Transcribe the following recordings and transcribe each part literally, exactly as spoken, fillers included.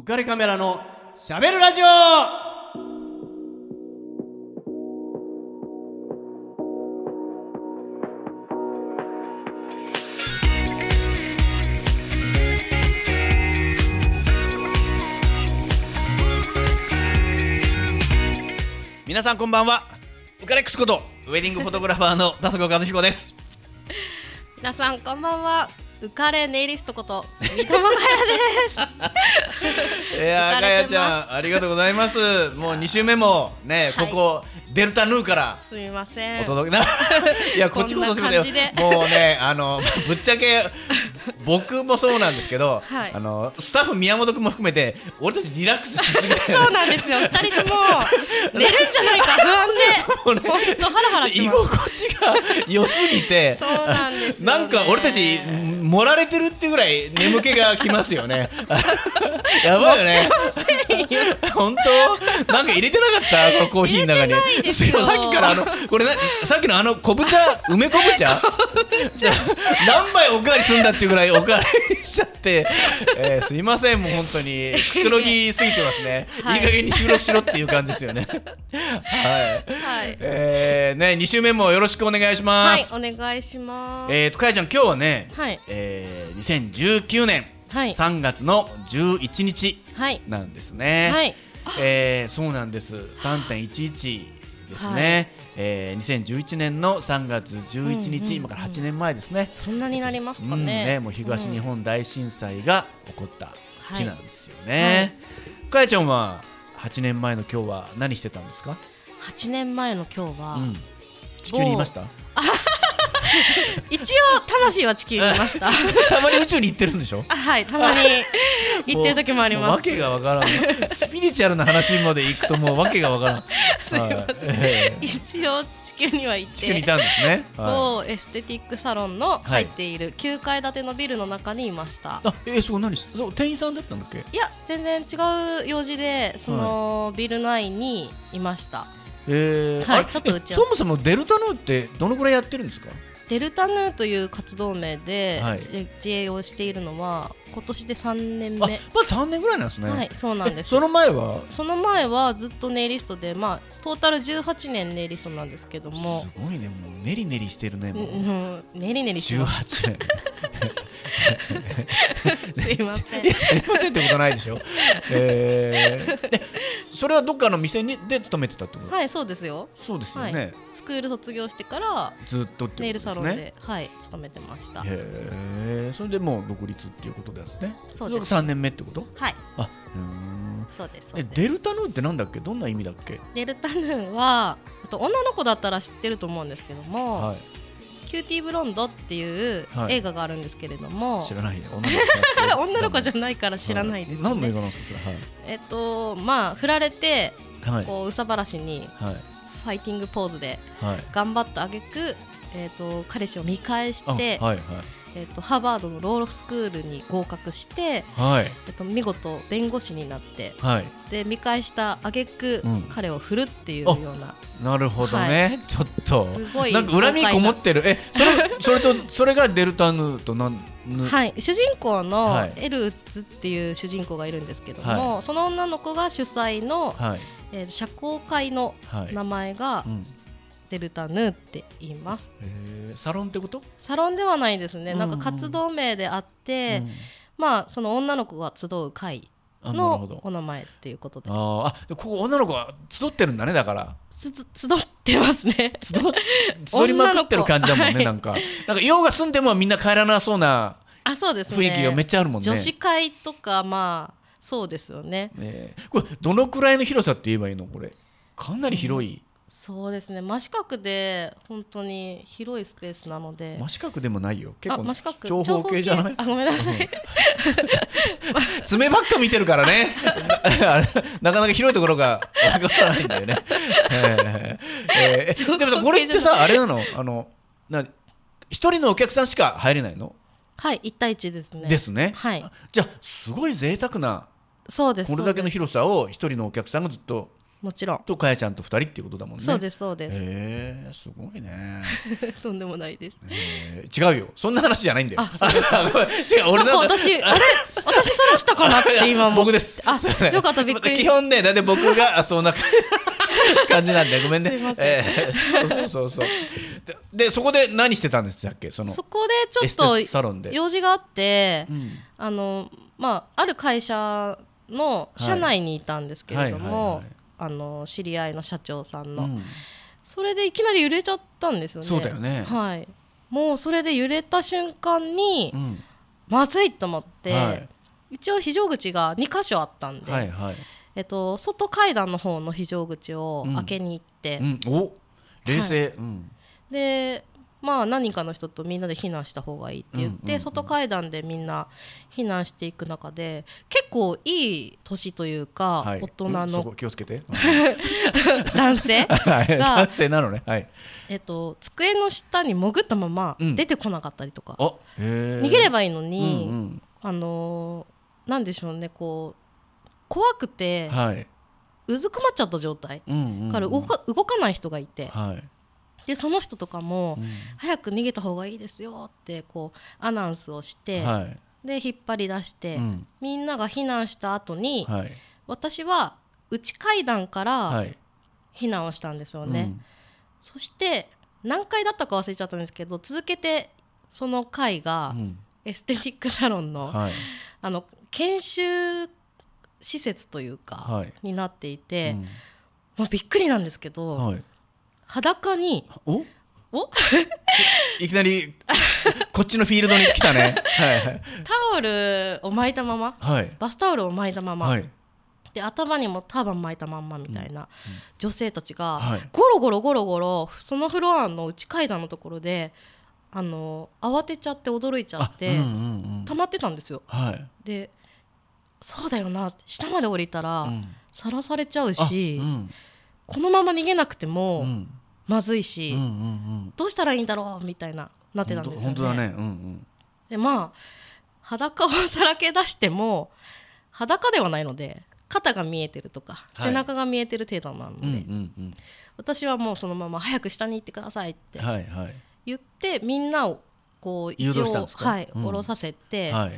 浮かれカメラのしゃべるラジオ。皆さんこんばんは。ウカレックスことウェディングフォトグラファーの田底和彦です。 皆さんこんばんは。浮かれネイリストこと三笘かやです。 いやー、かやちゃんありがとうございます。もうに週目もね、 はい、 ここデルタヌーからすみませんお届けな。いやこっちこそすみません。もうね、あのぶっちゃけ僕もそうなんですけど、はい、あのスタッフ宮本君も含めて俺たちリラックスしすぎてそうなんですよ。ふたりとも寝るんじゃないか不安で、ね、本当ハラハラします。 居心地が良すぎてそうなんですよね。 なんか俺たち盛られてるってぐらい眠気がきますよね。やばいよね。本当なんか入れてなかったこのコーヒーの中に。さっきからあのこれ、ね、さっきのあの昆布茶梅昆布茶何杯おかわりすんだっていうぐらいおかわりしちゃって、えー、すいません。もう本当にくつろぎすぎてますね。はい、いい加減に収録しろっていう感じですよね。はい、はい、えー、ねに週目もよろしくお願いします。 はい、お願いします。 えーとかやちゃん今日はね、はい、えー、にせんじゅうきゅうねん、はい、さんがつのじゅういちにちなんですね。はい、えー、そうなんです。 さんてんいちいち ですね。はい、えー、にせんじゅういちねんのさんがつじゅういちにち、うんうんうん、今からはちねんまえですね。 そんなになりますかね。 うんね、もう東日本大震災が起こった日なんですよね。はい、かやちゃんははちねんまえの今日は何してたんですか？ はちねんまえの今日は、うん、 地球にいました？ 一応魂は地球にいました。 たまに宇宙に行ってるんでしょ？あ、 はい、たまに行ってる時もあります。 わけがわからん。スピリチュアルな話まで行くともうわけがわからん。 すいません、はい、えー、一応地球には行って、 地球にいたんですね。 はい、エステティックサロンの入っているきゅうかい建てのビルの中にいました。 あ、えー、そう何しそう店員さんだったんだっけ？ いや全然違う用事でその、はい、ビル内にいました。 えーはい、ちょっとそもそもデルタヌーってどのくらいやってるんですか？ デルタヌーという活動名で、はい、自営をしているのは今年でさんねんめ。あ、 まださんねんぐらいなんですね。 はい、そうなんです。 その前はその前はずっとネイリストで、まあ、トータルじゅうはちねんネイリストなんですけども。 すごいね、もうネリネリしてるね。もう、うん、 ネリネリしてますじゅうはちねん。 すいません。 いやすいませんってことないでしょ。えー、でそれはどっかの店にで勤めてたってこと？ はい、そうですよ。 そうですよね。はい、 スクール卒業してからずっとってことですね。 ネイルサロンで、はい、勤めてました。 へー、それでもう独立っていうことですね。 そうです。 さんねんめってこと？ はい。 あ、うーん、 そうです。 え、デルタヌーってなんだっけ？どんな意味だっけ？ デルタヌーは女の子だったら知ってると思うんですけども、はい、キューティーブロンドっていう映画があるんですけれども、 はい、知らないね。 女の子女の子じゃないから知らないですね。 何の映画なんですかそれ？はい、 えっとまあ振られて、はい、こう憂さ晴らしに、はい、ファイティングポーズで頑張った挙句、えー、と彼氏を見返して、はいはい、えー、とハーバードのロースクールに合格して、はい、えー、と見事弁護士になって、はい、で見返した挙句、うん、彼を振るっていうような。 なるほどね、はい、ちょっとすごいなんか恨みこもってる。えそれそれとそれがデルタヌーとなんはい、主人公のエルウツっていう主人公がいるんですけども、はい、その女の子が主催の、はい、えー、社交会の名前が、はい、うん、デルタヌーって言います。 へー、サロンってこと？ サロンではないですね、うんうん、なんか活動名であって、うん、まあその女の子が集う会のお名前っていうことで。 ああ、ここ女の子は集ってるんだね。だからつつ集ってますね。 集集りまくってる感じだもんね。はい、なんかなんか用が済んでもみんな帰らなそうな雰囲気がめっちゃあるもんね。 女子会とか、まあそうですよね。 えー、これどのくらいの広さって言えばいいの？これかなり広い。 うん、そうですね、真四角で本当に広いスペースなので。 真四角でもないよ、結構真四角長方形じゃない？ あ、ごめんなさい。 爪ばっか見てるからね。な, なかなか広いところがわからないんだよね。えーえー、でもこれってさ、あれなの？あのな一人のお客さんしか入れないの？ はい、いち対いちですね。 ですね。 はい、 じゃあすごい贅沢な。 そうです。 これだけの広さを一人のお客さんがずっともちろんとかやちゃんとふたりっていうことだもんね。 そうですそうです。 へえ、すごいね。 とんでもないです。 えー、違うよ、そんな話じゃないんだよ。 あ、そうですか。 違う、俺なんか私あれ私そらしたかなって今も僕です。 あ、よかった、びっくり。 基本ね、だって僕がそんな感じなんでごめんね。 すいません、 えー、そうそうそうで, でそこで何してたんですっけ。そのそこでちょっと用事があって、うん、あのまあある会社の社内にいたんですけれども、あの知り合いの社長さんの、うん、それでいきなり揺れちゃったんですよね。 そうだよね。 はい。もうそれで揺れた瞬間に、うん、まずいと思って、はい、一応非常口がにかしょあったんで、はいはい、えっと、外階段の方の非常口を開けに行って、 うんうん、お冷静、はい、うん、 でまあ何人かの人とみんなで避難した方がいいって言って、うんうんうん、外階段でみんな避難していく中で結構いい年というか、はい、大人の、うん、 そこ気をつけて男性が、 はい、男性なのね、はい、 えっと、机の下に潜ったまま出てこなかったりとか、 うん、へ逃げればいいのに、うんうん、あのー、なんでしょうね、こう怖くて、はい、うずくまっちゃった状態、うんうんうん、から動か、動かない人がいて、はい、でその人とかも、うん、早く逃げた方がいいですよってこうアナウンスをして、はい、で引っ張り出して、うん、みんなが避難した後に、はい、私は内階段から避難をしたんですよね、はい、うん、そして何回だったか忘れちゃったんですけど、続けてその階がエステティックサロンの、はい、あの研修施設というか、はい、になっていて、うん、もうびっくりなんですけど、はい、裸におおいきなりこっちのフィールドに来たね、はいはい、 タオルを巻いたまま、はい、バスタオルを巻いたまま、はい、で頭にもターバン巻いたまんまみたいな女性たちが、うんうん、ゴロゴロゴロゴロそのフロアの内階段のところであの慌てちゃって驚いちゃって、うんうんうん、溜まってたんですよ、はい、でそうだよな、下まで降りたらさら、うん、されちゃうし、うん、このまま逃げなくても、うん、まずいし、うんうんうん、どうしたらいいんだろうみたいななってたんですよね。 本当だね、うんうん、でまあ裸をさらけ出しても裸ではないので肩が見えてるとか、はい、背中が見えてる程度なので、うんうんうん、私はもうそのまま早く下に行ってくださいって言って、はいはい、みんなをこう一応、はい、うん、下ろさせて、はい、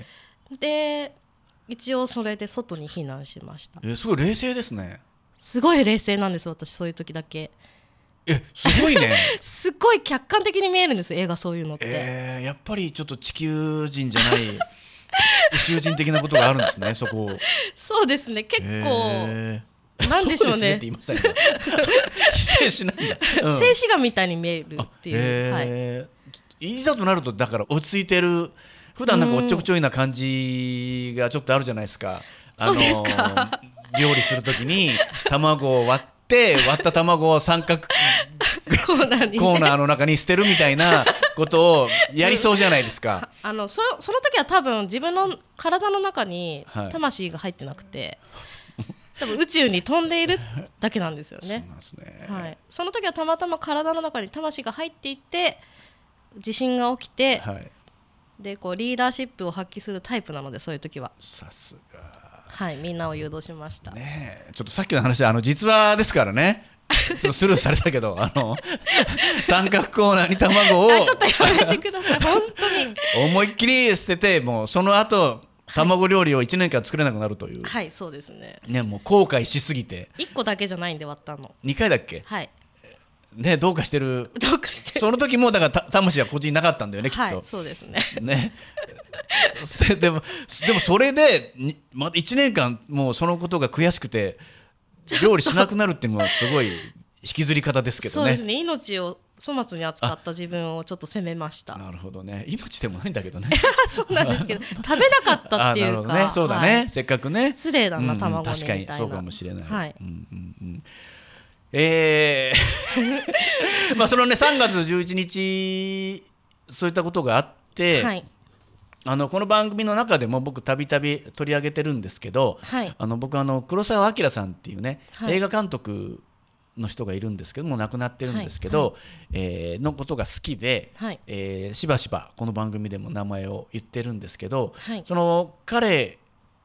で一応それで外に避難しました。 えー、すごい冷静ですね。 すごい冷静なんです私、そういう時だけ。 えすごいねすごい客観的に見えるんです映画、そういうのって、 えー、やっぱりちょっと地球人じゃない宇宙人的なことがあるんですねそこ。 そうですね、結構、えー、なんでしょうね、そうですねって言いましたね否定しないんだ、 うん、静止画みたいに見えるっていう、 えーはい、いざとなるとだから落ち着いてる、普段なんかおっちょこちょいな感じがちょっとあるじゃないですか。 あのー、そうですか料理するときに卵を割って割った卵を三角コーナーに、ね、 コーナーの中に捨てるみたいなことをやりそうじゃないですか、 うん、あの そ, その時は多分自分の体の中に魂が入ってなくて、はい、多分宇宙に飛んでいるだけなんですよね。そうなんですね、はい、その時はたまたま体の中に魂が入っていって地震が起きて、はい、でこうリーダーシップを発揮するタイプなので、そういう時はさすが、 はい、みんなを誘導しました、 ね、ちょっとさっきの話はあの実話ですからねちょっとスルーされたけどあの三角コーナーに卵をあちょっとやめてください本当に思いっきり捨てて、もうその後卵料理をいちねんかん作れなくなるという、 はい、そうですね、 ね、もう後悔しすぎて。 いっこだけじゃないんで割ったのにかいだっけ、 はいね、どうかしてる。 どうかしてる。 その時もだから魂はこっちになかったんだよね、きっと。 はい、そうですね。 ねでもでもそれでまたいちねんかんもうそのことが悔しくて料理しなくなるっていうのはすごい引きずり方ですけどね。 そうですね、命を粗末に扱った自分をちょっと責めました。 なるほどね、命でもないんだけどねそうなんですけど食べなかったっていうか、 ね、そうだね、はい、せっかくね失礼だな、うん、卵にみたいな。 確かにそうかもしれない、 はいうんうんうん、えーまあそのねさんがつじゅういちにちそういったことがあって、はい、あのこの番組の中でも僕たびたび取り上げてるんですけど、はい、あの僕あの黒澤明さんっていうね、はい、映画監督の人がいるんですけども亡くなってるんですけど、はいはいえー、のことが好きで、はいえー、しばしばこの番組でも名前を言ってるんですけど、はい、その彼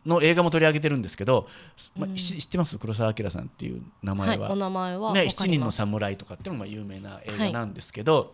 の映画も取り上げてるんですけど、まあ、 うん、 知ってます黒澤明さんっていう名前は、 はい、お名前はね、七人の侍とかっていうのも有名な映画なんですけど、はい、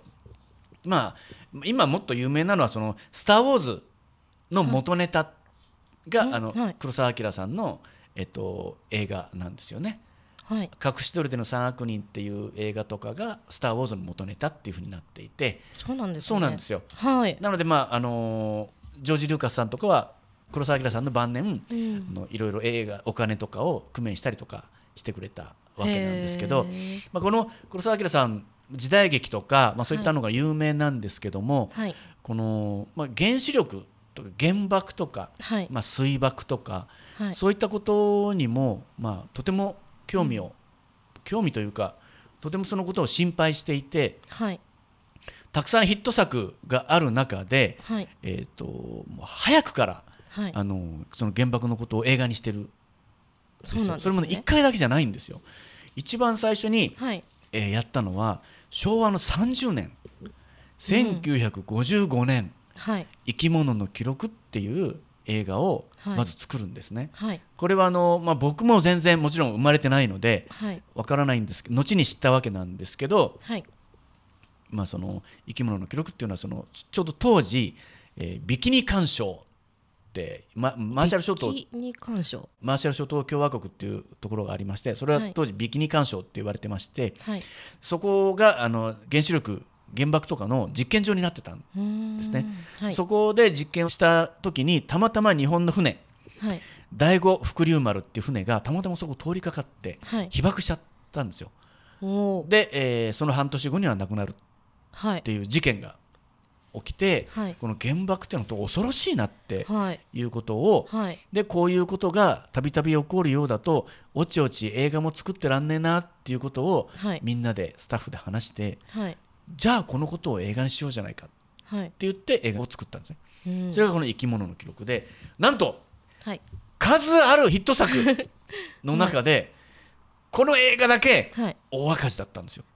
まあ、今もっと有名なのはそのスター・ウォーズの元ネタが、はい、あの、はい、黒澤明さんの、えっと、映画なんですよね。はい、隠し撮りでの三悪人っていう映画とかがスター・ウォーズの元ネタっていう風になっていて、 そうなんですね。 そうなんですよ、 はい、 なので、まああのジョージ・ルーカスさんとかは黒澤明さんの晩年、うん、あのいろいろ映画お金とかを工面したりとかしてくれたわけなんですけど、まあ、この黒澤明さん時代劇とか、まあ、そういったのが有名なんですけども、はい、この、まあ、原子力とか原爆とか、はい、まあ、水爆とか、はい、そういったことにも、まあ、とても興味を、うん、興味というかとてもそのことを心配していて、はい、たくさんヒット作がある中で、はい、えーと、もう早くから、はい、あのその原爆のことを映画にしてるんですよ。そうなんですね。それもねいっかいだけじゃないんですよ。一番最初に、はい、えー、やったのはしょうわのさんじゅうねん、せんきゅうひゃくごじゅうごねん、はい、生き物の記録っていう映画をまず作るんですね、はい、これはあの、まあ、僕も全然もちろん生まれてないのでわからないんですけど、後に知ったわけなんですけど、はい、まあ、その生き物の記録っていうのはそのちょうど当時、えー、ビキニ環礁って、ま、マーシャル諸島ビキニ環礁マーシャル諸島共和国っていうところがありまして、それは当時ビキニ環礁って言われてまして、はい、そこがあの原子力原爆とかの実験場になってたんですね、はい、そこで実験をした時にたまたま日本の船、はい、第五福竜丸っていう船がたまたまそこを通りかかって被爆しちゃったんですよ、はい、で、えー、その半年後には亡くなるっていう事件が起きて、はい、この原爆っていうのと恐ろしいなっていうことを、はい、でこういうことがたびたび起こるようだとおちおち映画も作ってらんねえなっていうことを、はい、みんなでスタッフで話して、はい、じゃあこのことを映画にしようじゃないかって言って映画を作ったんですね、うん、それがこの生き物の記録で、なんと、はい、数あるヒット作の中で、はい、この映画だけ大赤字だったんですよ、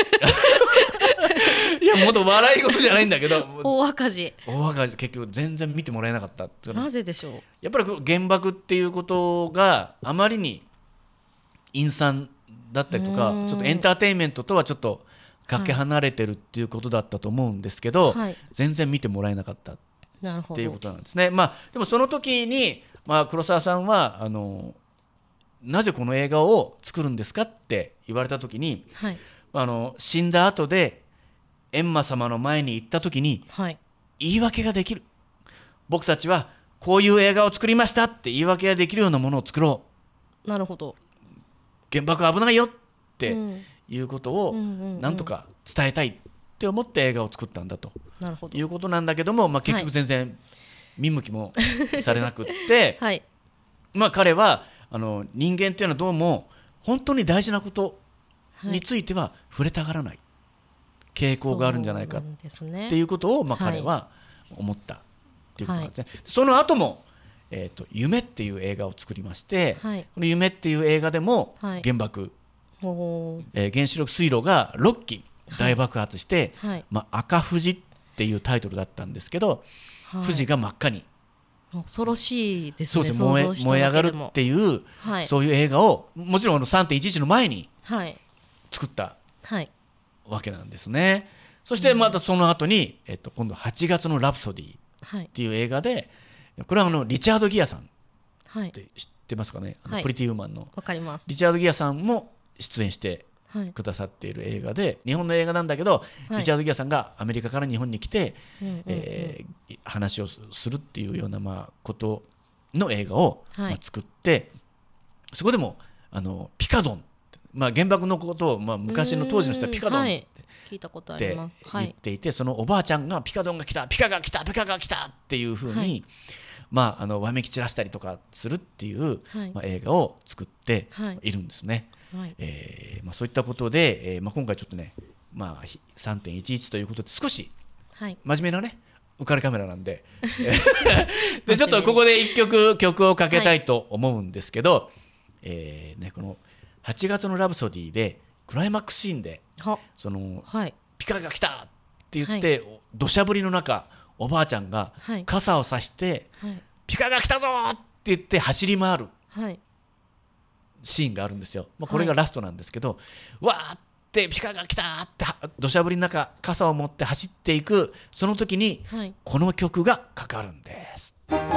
いやもっと笑い事じゃないんだけど大赤字大赤字、結局全然見てもらえなかった。 なぜでしょう。 やっぱり原爆っていうことがあまりに陰惨だったりとか、ちょっとエンターテインメントとはちょっとかけ離れてるっていうことだったと思うんですけど、はい、全然見てもらえなかったっていうことなんですね。まあ、でもその時に、まあ、黒澤さんはあのなぜこの映画を作るんですかって言われた時に、はい、あの死んだ後で閻魔様の前に行った時に、はい、言い訳ができる、僕たちはこういう映画を作りましたって言い訳ができるようなものを作ろう、 なるほど、 原爆は危ないよっていうことをなんとか伝えたいって思って映画を作ったんだということなんだけども、まあ、結局全然見向きもされなくって、はい、まあ、彼はあの人間っていうのはどうも本当に大事なことについては触れたがらない傾向があるんじゃないかっていうことを、まあ、彼は思ったっていうことなんですね、はい、その後も、えーと、夢っていう映画を作りまして、はい、この夢っていう映画でも原爆、はい、えー、原子力水路がろっき大爆発して、はい、まあ、赤富士っていうタイトルだったんですけど、はい、富士が真っ赤に恐ろしいですね。 そうです、燃え、燃え上がるっていう、はい、そういう映画をもちろん さんてんいちいち の前に作ったわけなんですね、はい、そしてまたその後に、えっと、今度はちがつのラプソディっていう映画で、はい、これはあのリチャード・ギアさんって知ってますかね、はい、あのプリティ・ウーマンのわかります。 リチャード・ギアさんも出演してくださっている映画で、はい、日本の映画なんだけど、はい、リチャード・ギアさんがアメリカから日本に来て、うんえー、話をするっていうような、まあ、ことの映画を、はい、まあ、作って、そこでもあのピカドン、まあ、原爆のことを、まあ、昔の当時の人はピカドンって、はい、 聞いたことあります、 言っていて、そのおばあちゃんがピカドンが来たピカが来たピカが来たっていうふうに、はい、まあ、あのわめき散らしたりとかするっていう、はい、まあ、映画を作っているんですね、はい、えーまあ、そういったことで、えーまあ、今回ちょっとね、まあ、さんてんいちいち ということで少し真面目なね浮かれカメラなんででちょっとここでいっきょく曲をかけたいと思うんですけど、はい、えーね、このはちがつのラブソディでクライマックスシーンでその、はい、ピカが来たって言って土砂降りの中おばあちゃんが傘を差して、はい、ピカが来たぞって言って走り回るはいシーンがあるんですよ、まあ、これがラストなんですけど、はい、わーってピカが来たーって土砂降りの中傘を持って走っていくその時に、はい、この曲がかかるんです。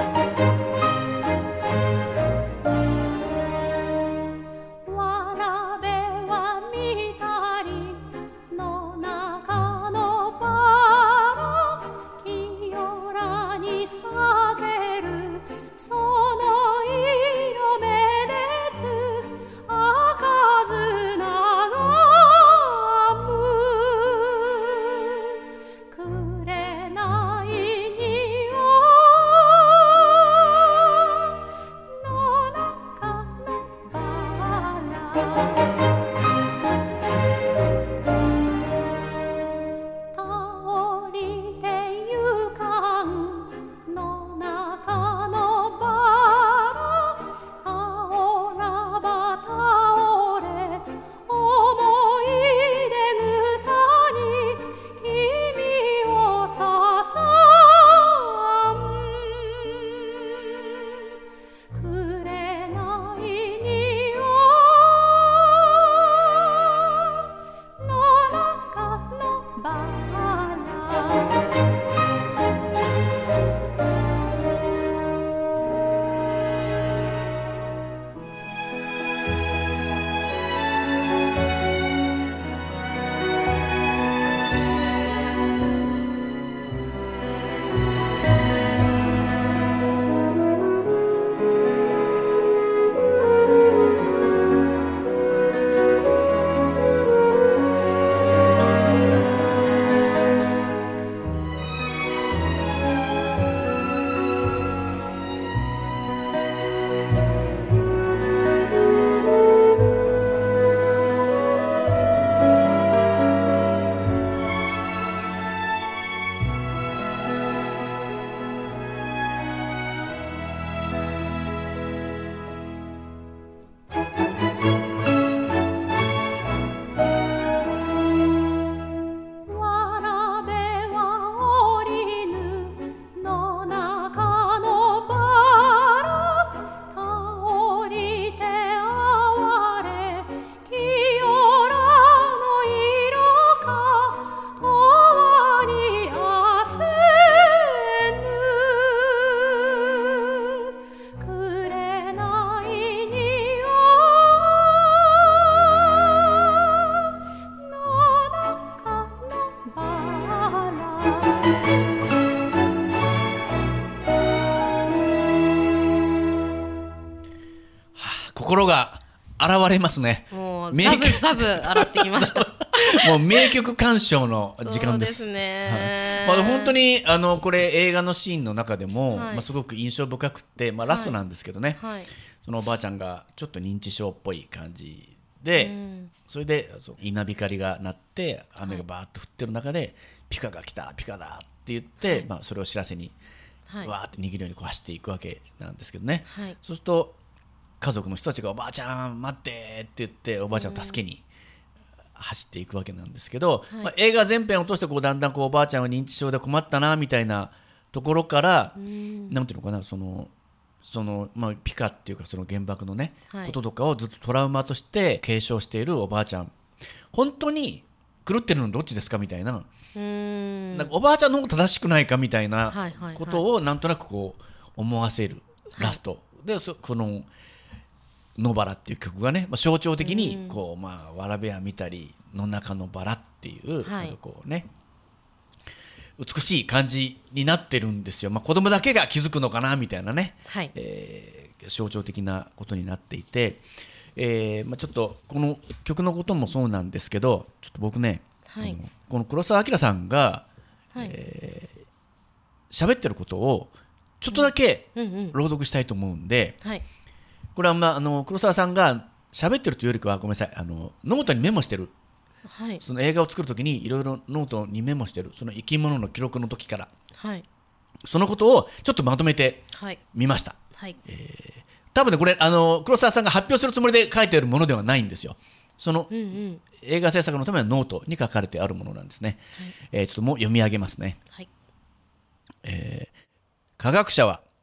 心が現れますね。 もうザブザブ洗ってきましたもう名曲鑑賞の時間です。 そうですね、 はい、まあ、本当にあのこれ映画のシーンの中でも、はい、まあ、すごく印象深くって、まあ、ラストなんですけどね、はいはい、そのおばあちゃんがちょっと認知症っぽい感じで、うん、それで稲光が鳴って雨がバーッと降ってる中で、はい、ピカが来たピカだって言って、はい、まあ、それを知らせに、はい、わーって逃げるようにこう走っていくわけなんですけどね、はい、そうすると家族の人たちがおばあちゃん待ってって言っておばあちゃんを助けに走っていくわけなんですけど、はい、まあ、映画全編を通してこうだんだんこうおばあちゃんは認知症で困ったなみたいなところから、うん、なんていうのかな、そのその、まあ、ピカっていうかその原爆のね、はい、こととかをずっとトラウマとして継承しているおばあちゃん、本当に狂ってるのどっちですかみたいな、うーん、なんかおばあちゃんの方が正しくないかみたいなことをなんとなくこう思わせるラスト、はい、でそこの野バラっていう曲がね、まあ、象徴的にこう、まあ、わらべや見たり野中のバラっていう、はい、なんかこうね美しい感じになってるんですよ。まあ、子供だけが気づくのかなみたいなね、はい、えー、象徴的なことになっていて、えーまあ、ちょっとこの曲のこともそうなんですけど、ちょっと僕ね、はい、この黒澤明さんが、はい、えー、喋ってることをちょっとだけ朗読したいと思うんで、うんうんうん、はい、これは、まあ、あの黒澤さんが喋ってるというよりかはごめんなさい、あのノートにメモしてる、はい、その映画を作るときにいろいろノートにメモしてる、その生き物の記録の時から、はい、そのことをちょっとまとめてみました、はい、えー、多分ねこれあの黒澤さんが発表するつもりで書いているものではないんですよ。その、うんうん、映画制作のためのノートに書かれてあるものなんですね、はい、えー、ちょっともう読み上げますね、はい、えー、科学者は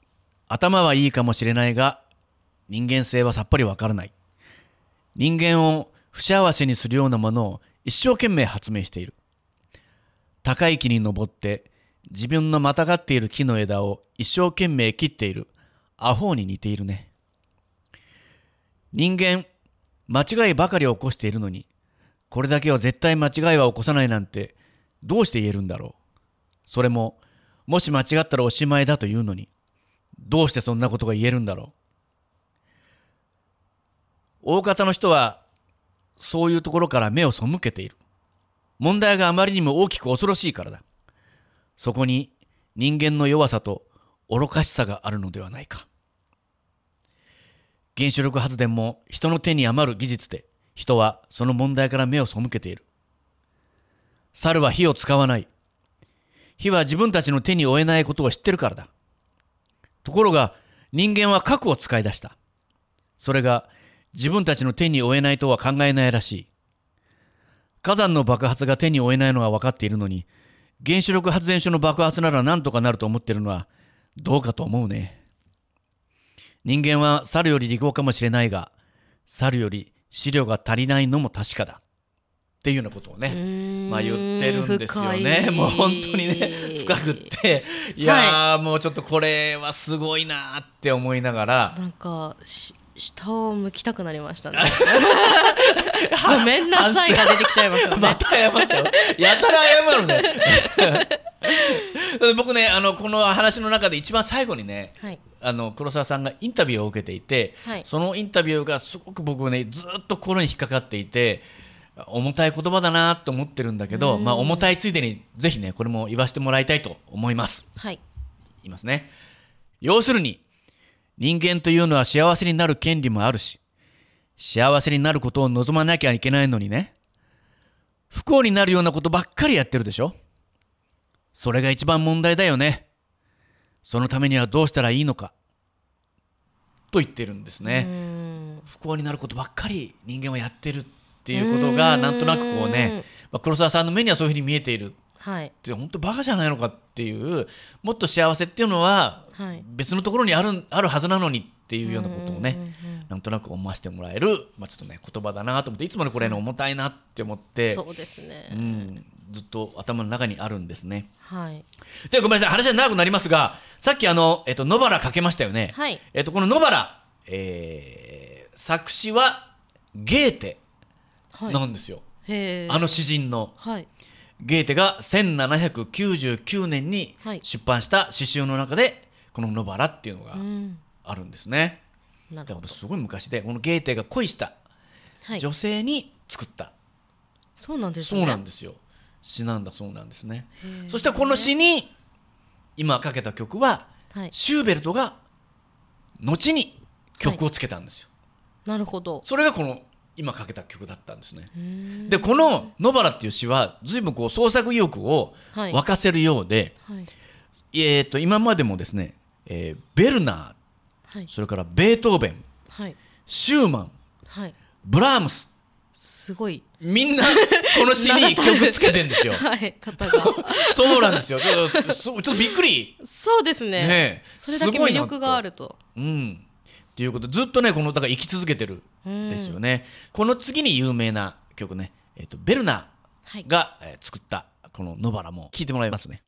頭はいいかもしれないが、人間性はさっぱりわからない。人間を不幸せにするようなものを一生懸命発明している。高い木に登って自分のまたがっている木の枝を一生懸命切っているアホに似ているね。人間、間違いばかり起こしているのに、これだけは絶対間違いは起こさないなんてどうして言えるんだろう。それも、もし間違ったらおしまいだというのに、どうしてそんなことが言えるんだろう。大方の人はそういうところから目を背けている。問題があまりにも大きく恐ろしいからだ。そこに人間の弱さと愚かしさがあるのではないか。原子力発電も人の手に余る技術で、人はその問題から目を背けている。猿は火を使わない。火は自分たちの手に負えないことを知ってるからだ。ところが人間は核を使い出した。それが自分たちの手に負えないとは考えないらしい。火山の爆発が手に負えないのは分かっているのに、原子力発電所の爆発なら何とかなると思っているのはどうかと思うね。人間は猿より利口かもしれないが、猿より資料が足りないのも確かだ。っていうようなことをね、まあ言ってるんですよね。もう本当にね、深くって、いやー、はい、もうちょっとこれはすごいなって思いながら、 なんかし下を向きたくなりましたね。ごめんなさいが出てきちゃいますよね。 また謝っちゃう。やたら謝るね。僕ね、あのこの話の中で一番最後にね、はい、あの黒沢さんがインタビューを受けていて、はい、そのインタビューがすごく僕ねずっと心に引っかかっていて、重たい言葉だなと思ってるんだけど、まあ、重たいついでにぜひねこれも言わせてもらいたいと思います。 はい、 言いますね。要するに人間というのは幸せになる権利もあるし、幸せになることを望まなきゃいけないのにね、不幸になるようなことばっかりやってるでしょ。それが一番問題だよね。そのためにはどうしたらいいのかと言ってるんですね。不幸になることばっかり人間はやってるっていうことがなんとなくこうね、まあ、黒沢さんの目にはそういうふうに見えている、はい、本当バカじゃないのかっていう、もっと幸せっていうのは別のところにある、あるはずなのにっていうようなことをね、なんとなく思わせてもらえる、まあ、ちょっとね言葉だなと思って、いつもねこれの重たいなって思って、 そうですね、 うん、ずっと頭の中にあるんですね。 はい、 でごめんなさい、話は長くなりますが、さっきあの、えっと、野原かけましたよね。 はい、 えっと、この野原、えー、作詞はゲーテなんですよ、はい、へー、あの詩人の、はい、ゲーテがせんななひゃくきゅうじゅうきゅうねんに出版した詩集の中でこの野原っていうのがあるんですね、うん、だからすごい昔で、このゲーテが恋した女性に作った、はい、 そうなんですね。 そうなんですよ、詩なんだそうなんですね。そしてこの詩に今かけた曲は、はい、シューベルトが後に曲をつけたんですよ、 はい、なるほど。 それがこの今かけた曲だったんですね。でこの野原っていう詩は随分こう創作意欲を沸かせるようで、はいはい、えー、と今までもですね、えー、ベルナー、はい、それからベートーベン、はい、シューマン、はい、ブラームス、 すごいみんなこの詩に曲つけてるんですよ。 はい、方がそうなんですよ。ちょっとびっくり。 そうですね。ね、それだけ魅力があると。 うん。っていうことずっとねこのだから生き続けてるんですよね。この次に有名な曲ね、えー、とベルナーが、はい、えー、作ったこの野原も聴いてもらいますね。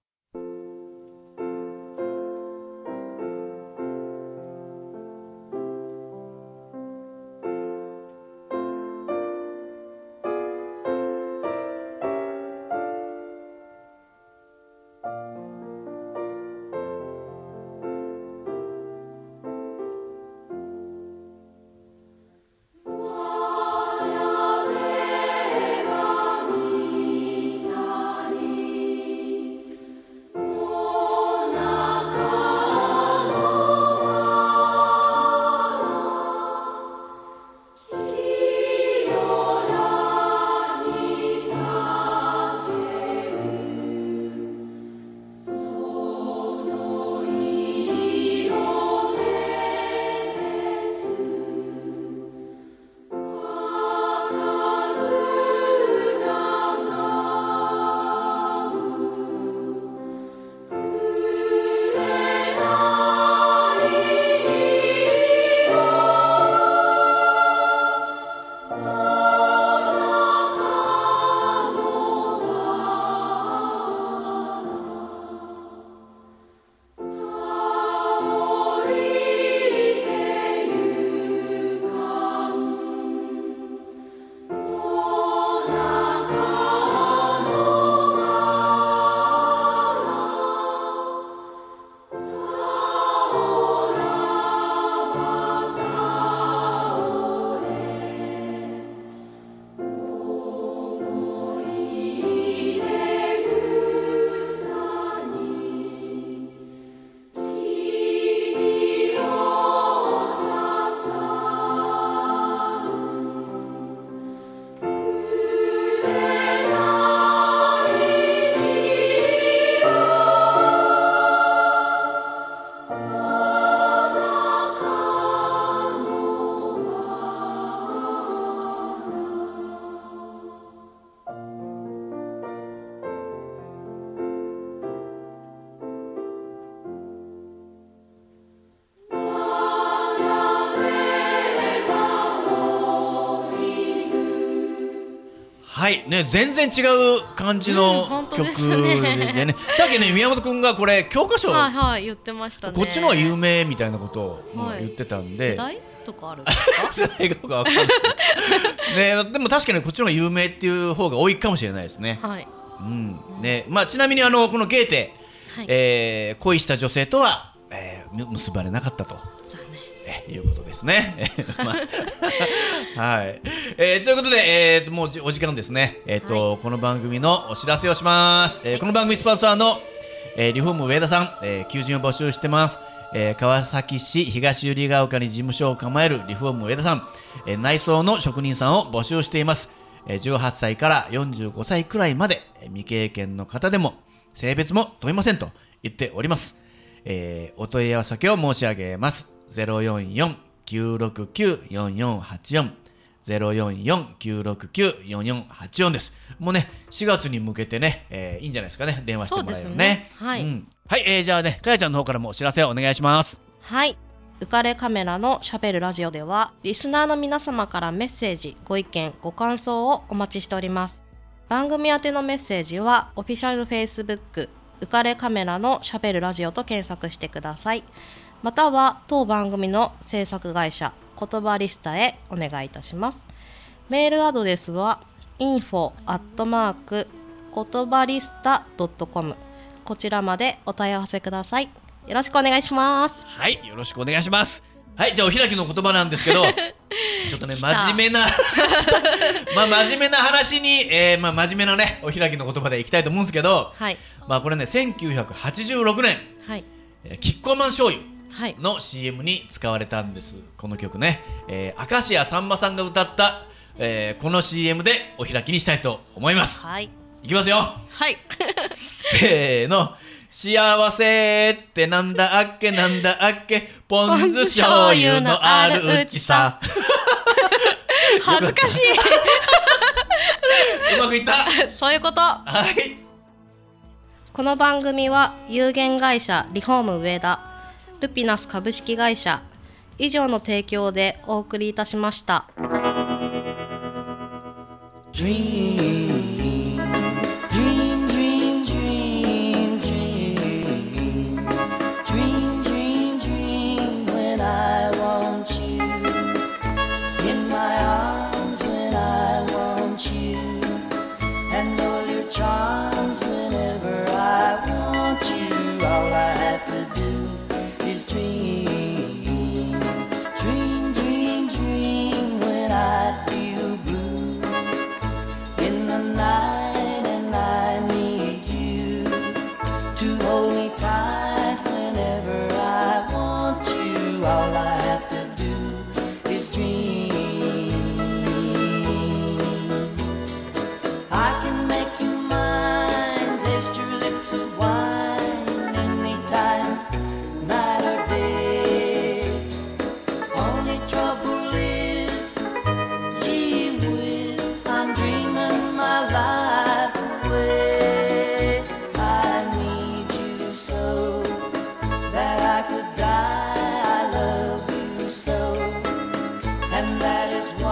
はいね、全然違う感じの曲でね、うん、ねさっきね宮本くんがこれ教科書はいはい言ってましたね。 こっちのが有名みたいなことを言ってたんで、はい、 世代とかあるんですか？ 世代かわかんないね、でも確かにこっちのが有名っていう方が多いかもしれないですね。はい、うんね、まあ、ちなみにあのこのゲーテ、はい、えー、恋した女性とは、えー、結ばれなかったと残念いうことですね。まあ、はい、えー、ということで、えー、もうお時間ですね。えーとはい、この番組のお知らせをします。えー、この番組スポンサーの、えー、リフォーム上田さん、えー、求人を募集してます。えー、川崎市東百合ヶ丘に事務所を構えるリフォーム上田さん、えー、内装の職人さんを募集しています。えー、じゅうはっさいからよんじゅうごさいくらいまで、えー、未経験の方でも性別も問いませんと言っております。えー、お問い合わせ先を申し上げます。ゼロよんよん きゅうろくきゅう よんよんはちよん ゼロよんよん きゅうろくきゅう よんよんはちよんです。もうねしがつに向けてね、えー、いいんじゃないですかね、電話してもらえる ね, ねはい、うん、はい、えー、じゃあねかやちゃんの方からもお知らせをお願いします。 はい、浮かれカメラのしゃべるラジオではリスナーの皆様からメッセージ、ご意見、ご感想をお待ちしております。番組宛てのメッセージはオフィシャルフェイスブック浮かれカメラのしゃべるラジオと検索してください。または当番組の制作会社言葉リスタへお願いいたします。メールアドレスは インフォ アットマーク 言葉リスタ ドットコム こちらまでお問い合わせください。よろしくお願いします。 はい、よろしくお願いします。はい、じゃあお開きの言葉なんですけどちょっとね真面目なまあ真面目な話に、えーまあ、真面目なねお開きの言葉でいきたいと思うんですけど、はい、まあこれねせんきゅうひゃくはちじゅうろくねん、はい、えー、キッコーマン醤油の シーエム に使われたんです。この曲ね、えー、明石家さんまさんが歌った、えー、この シーエム でお開きにしたいと思います。はい、いきますよ。 はいせーの、幸せってなんだっけなんだっけ、ポン酢醤油のあるうちさ恥ずかしいうまくいったそういうこと。はい、この番組は有限会社リフォーム上田、ルピナス株式会社以上の提供でお送りいたしました。 Dream that is why